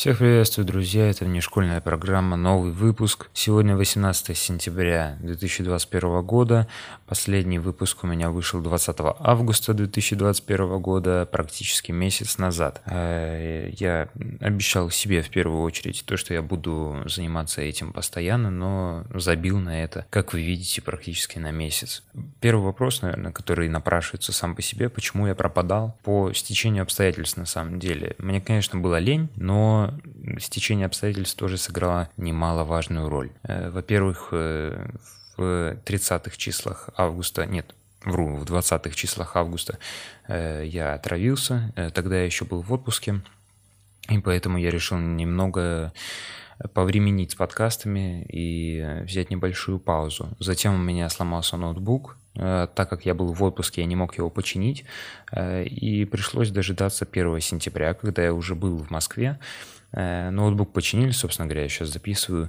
Всех приветствую, друзья, это внешкольная программа, новый выпуск. Сегодня 18 сентября 2021 года, последний выпуск у меня вышел 20 августа 2021 года, практически месяц назад. Я обещал себе в первую очередь то, что я буду заниматься этим постоянно, но забил на это, как вы видите, практически на месяц. Первый вопрос, наверное, который напрашивается сам по себе, почему я пропадал? По стечению обстоятельств на самом деле. Мне, конечно, было лень, но стечение обстоятельств тоже сыграло немаловажную роль. Во-первых, в 30-х числах августа, в 20-х числах августа я отравился, тогда я еще был в отпуске, и поэтому я решил немного повременить с подкастами и взять небольшую паузу. Затем у меня сломался ноутбук, так как я был в отпуске, я не мог его починить, и пришлось дожидаться 1 сентября, когда я уже был в Москве. Ноутбук починили, собственно говоря, я сейчас записываю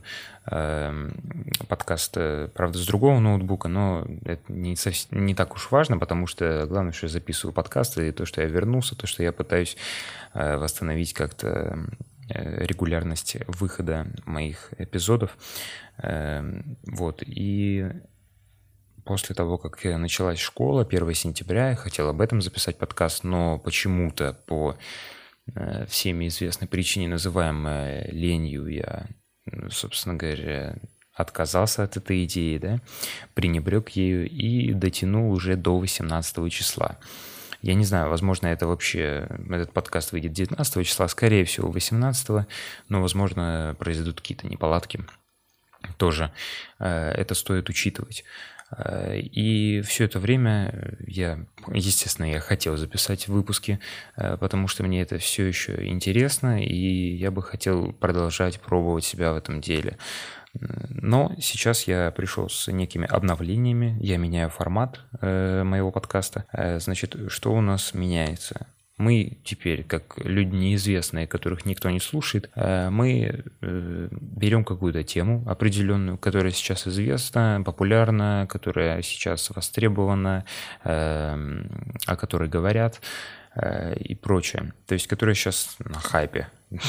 подкаст, правда, с другого ноутбука, но это не так уж важно, потому что главное, что я записываю подкасты, и то, что я вернулся, то, что я пытаюсь восстановить как-то регулярность выхода моих эпизодов. Вот, и после того, как началась школа, 1 сентября, я хотел об этом записать подкаст, но почему-то по всеми известной причине, называемой ленью, я, собственно говоря, отказался от этой идеи, да, пренебрег ею и дотянул уже до 18 числа. Я не знаю, возможно, этот подкаст выйдет 19 числа, скорее всего, 18, но, возможно, произойдут какие-то неполадки. Тоже это стоит учитывать. И все это время я хотел записать выпуски, потому что мне это все еще интересно, и я бы хотел продолжать пробовать себя в этом деле. Но сейчас я пришел с некими обновлениями, я меняю формат моего подкаста. Значит, что у нас меняется? Мы теперь, как люди неизвестные, которых никто не слушает, мы берем какую-то тему определенную, которая сейчас известна, популярна, которая сейчас востребована, о которой говорят и прочее. То есть, которая сейчас на хайпе.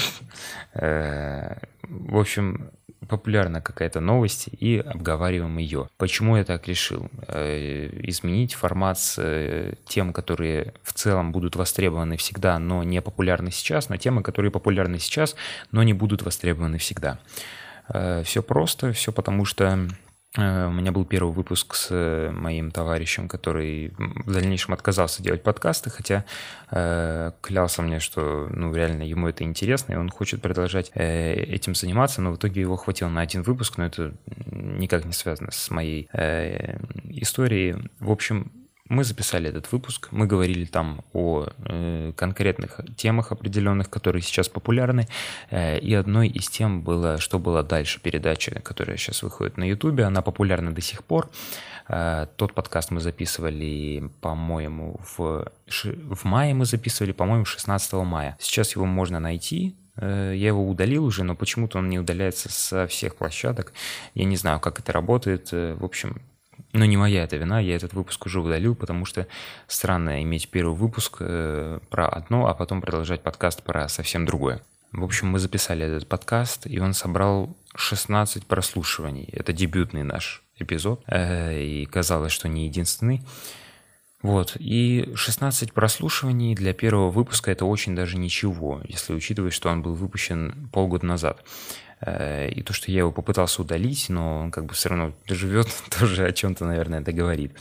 В общем, популярна какая-то новость и обговариваем ее. Почему я так решил? Изменить формат с тем, которые в целом будут востребованы всегда, но не популярны сейчас, на темы, которые популярны сейчас, но не будут востребованы всегда. Все просто, все потому что у меня был первый выпуск с моим товарищем, который в дальнейшем отказался делать подкасты, хотя клялся мне, что реально ему это интересно, и он хочет продолжать этим заниматься, но в итоге его хватило на один выпуск, но это никак не связано с моей историей. В общем, мы записали этот выпуск, мы говорили там о конкретных темах определенных, которые сейчас популярны, и одной из тем было, что было дальше, передача, которая сейчас выходит на Ютубе, она популярна до сих пор. Тот подкаст мы записывали, по-моему, в мае мы записывали, по-моему, 16 мая. Сейчас его можно найти. Я его удалил уже, но почему-то он не удаляется со всех площадок. Я не знаю, как это работает. В общем, не моя это вина, я этот выпуск уже удалил, потому что странно иметь первый выпуск про одно, а потом продолжать подкаст про совсем другое. В общем, мы записали этот подкаст, и он собрал 16 прослушиваний. Это дебютный наш эпизод, и казалось, что не единственный. Вот, и 16 прослушиваний для первого выпуска – это очень даже ничего, если учитывать, что он был выпущен полгода назад. И то, что я его попытался удалить, но он как бы все равно живет, тоже о чем-то, наверное, это говорит.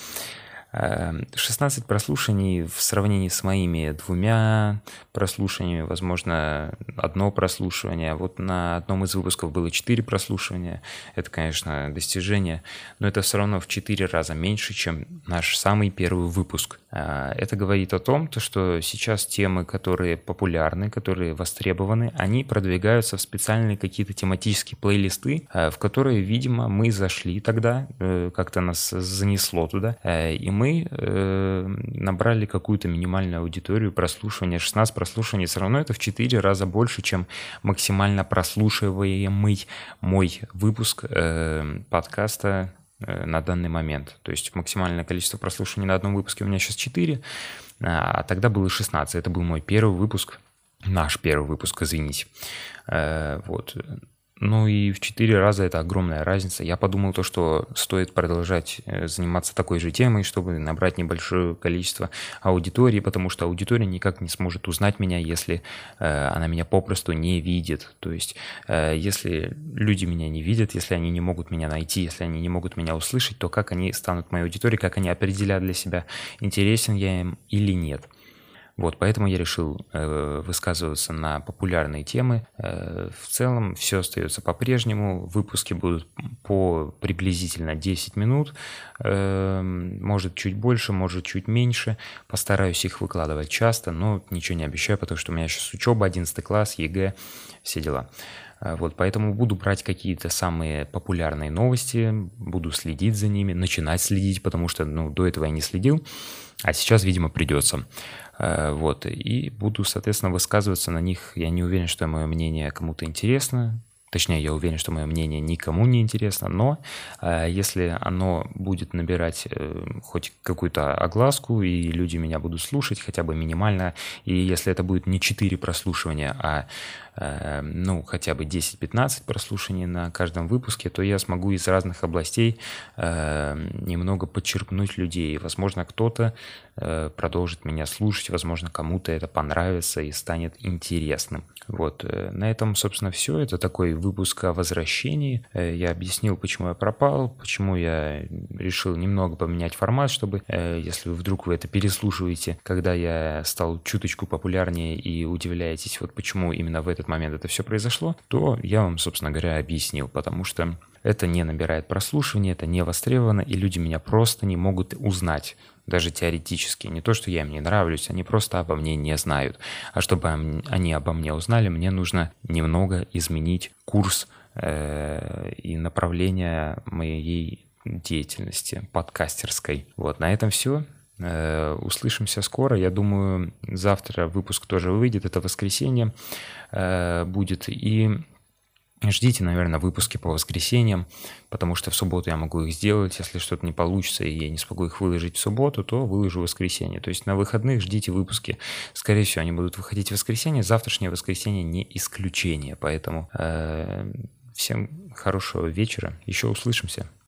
16 прослушаний в сравнении с моими 2 прослушиваниями, возможно, 1 прослушивание. Вот на одном из выпусков было 4 прослушивания. Это, конечно, достижение, но это все равно в 4 раза меньше, чем наш самый первый выпуск. Это говорит о том, что сейчас темы, которые популярны, которые востребованы, они продвигаются в специальные какие-то тематические плейлисты, в которые, видимо, мы зашли тогда, как-то нас занесло туда, и мы набрали какую-то минимальную аудиторию прослушивания. 16 прослушиваний, все равно это в 4 раза больше, чем максимально прослушиваемый мой выпуск подкаста на данный момент. То есть максимальное количество прослушиваний на одном выпуске у меня сейчас 4, а тогда было 16. Это был мой первый выпуск. Наш первый выпуск, извините. Вот. Ну и в 4 раза это огромная разница. Я подумал то, что стоит продолжать заниматься такой же темой, чтобы набрать небольшое количество аудитории, потому что аудитория никак не сможет узнать меня, если она меня попросту не видит. То есть если люди меня не видят, если они не могут меня найти, если они не могут меня услышать, то как они станут моей аудиторией, как они определят для себя, интересен я им или нет. Вот, поэтому я решил высказываться на популярные темы. В целом все остается по-прежнему. Выпуски будут по приблизительно 10 минут. Может чуть больше, может чуть меньше. Постараюсь их выкладывать часто, но ничего не обещаю, потому что у меня сейчас учеба, 11 класс, ЕГЭ, все дела. Вот, поэтому буду брать какие-то самые популярные новости, буду следить за ними, начинать следить, потому что до этого я не следил, а сейчас, видимо, придется. Вот, и буду, соответственно, высказываться на них. Я не уверен, что мое мнение кому-то интересно. Точнее, я уверен, что мое мнение никому не интересно, но если оно будет набирать хоть какую-то огласку, и люди меня будут слушать хотя бы минимально, и если это будет не 4 прослушивания, а хотя бы 10-15 прослушиваний на каждом выпуске, то я смогу из разных областей немного подчеркнуть людей. Возможно, кто-то продолжит меня слушать, возможно, кому-то это понравится и станет интересным. Вот, на этом, собственно, все. Это такой выпуск о возвращении. Я объяснил, почему я пропал, почему я решил немного поменять формат, чтобы, если вдруг вы это переслушиваете, когда я стал чуточку популярнее и удивляетесь, вот почему именно в этот момент это все произошло, то я вам, собственно говоря, объяснил, потому что это не набирает прослушивания, это не востребовано, и люди меня просто не могут узнать, даже теоретически. Не то, что я им не нравлюсь, они просто обо мне не знают. А чтобы они обо мне узнали, мне нужно немного изменить курс и направление моей деятельности подкастерской. Вот, на этом все. Услышимся скоро. Я думаю, завтра выпуск тоже выйдет. Это воскресенье будет. И ждите, наверное, выпуски по воскресеньям, потому что в субботу я могу их сделать. Если что-то не получится, и я не смогу их выложить в субботу, то выложу в воскресенье. То есть на выходных ждите выпуски. Скорее всего, они будут выходить в воскресенье. Завтрашнее воскресенье не исключение. Поэтому всем хорошего вечера. Еще услышимся.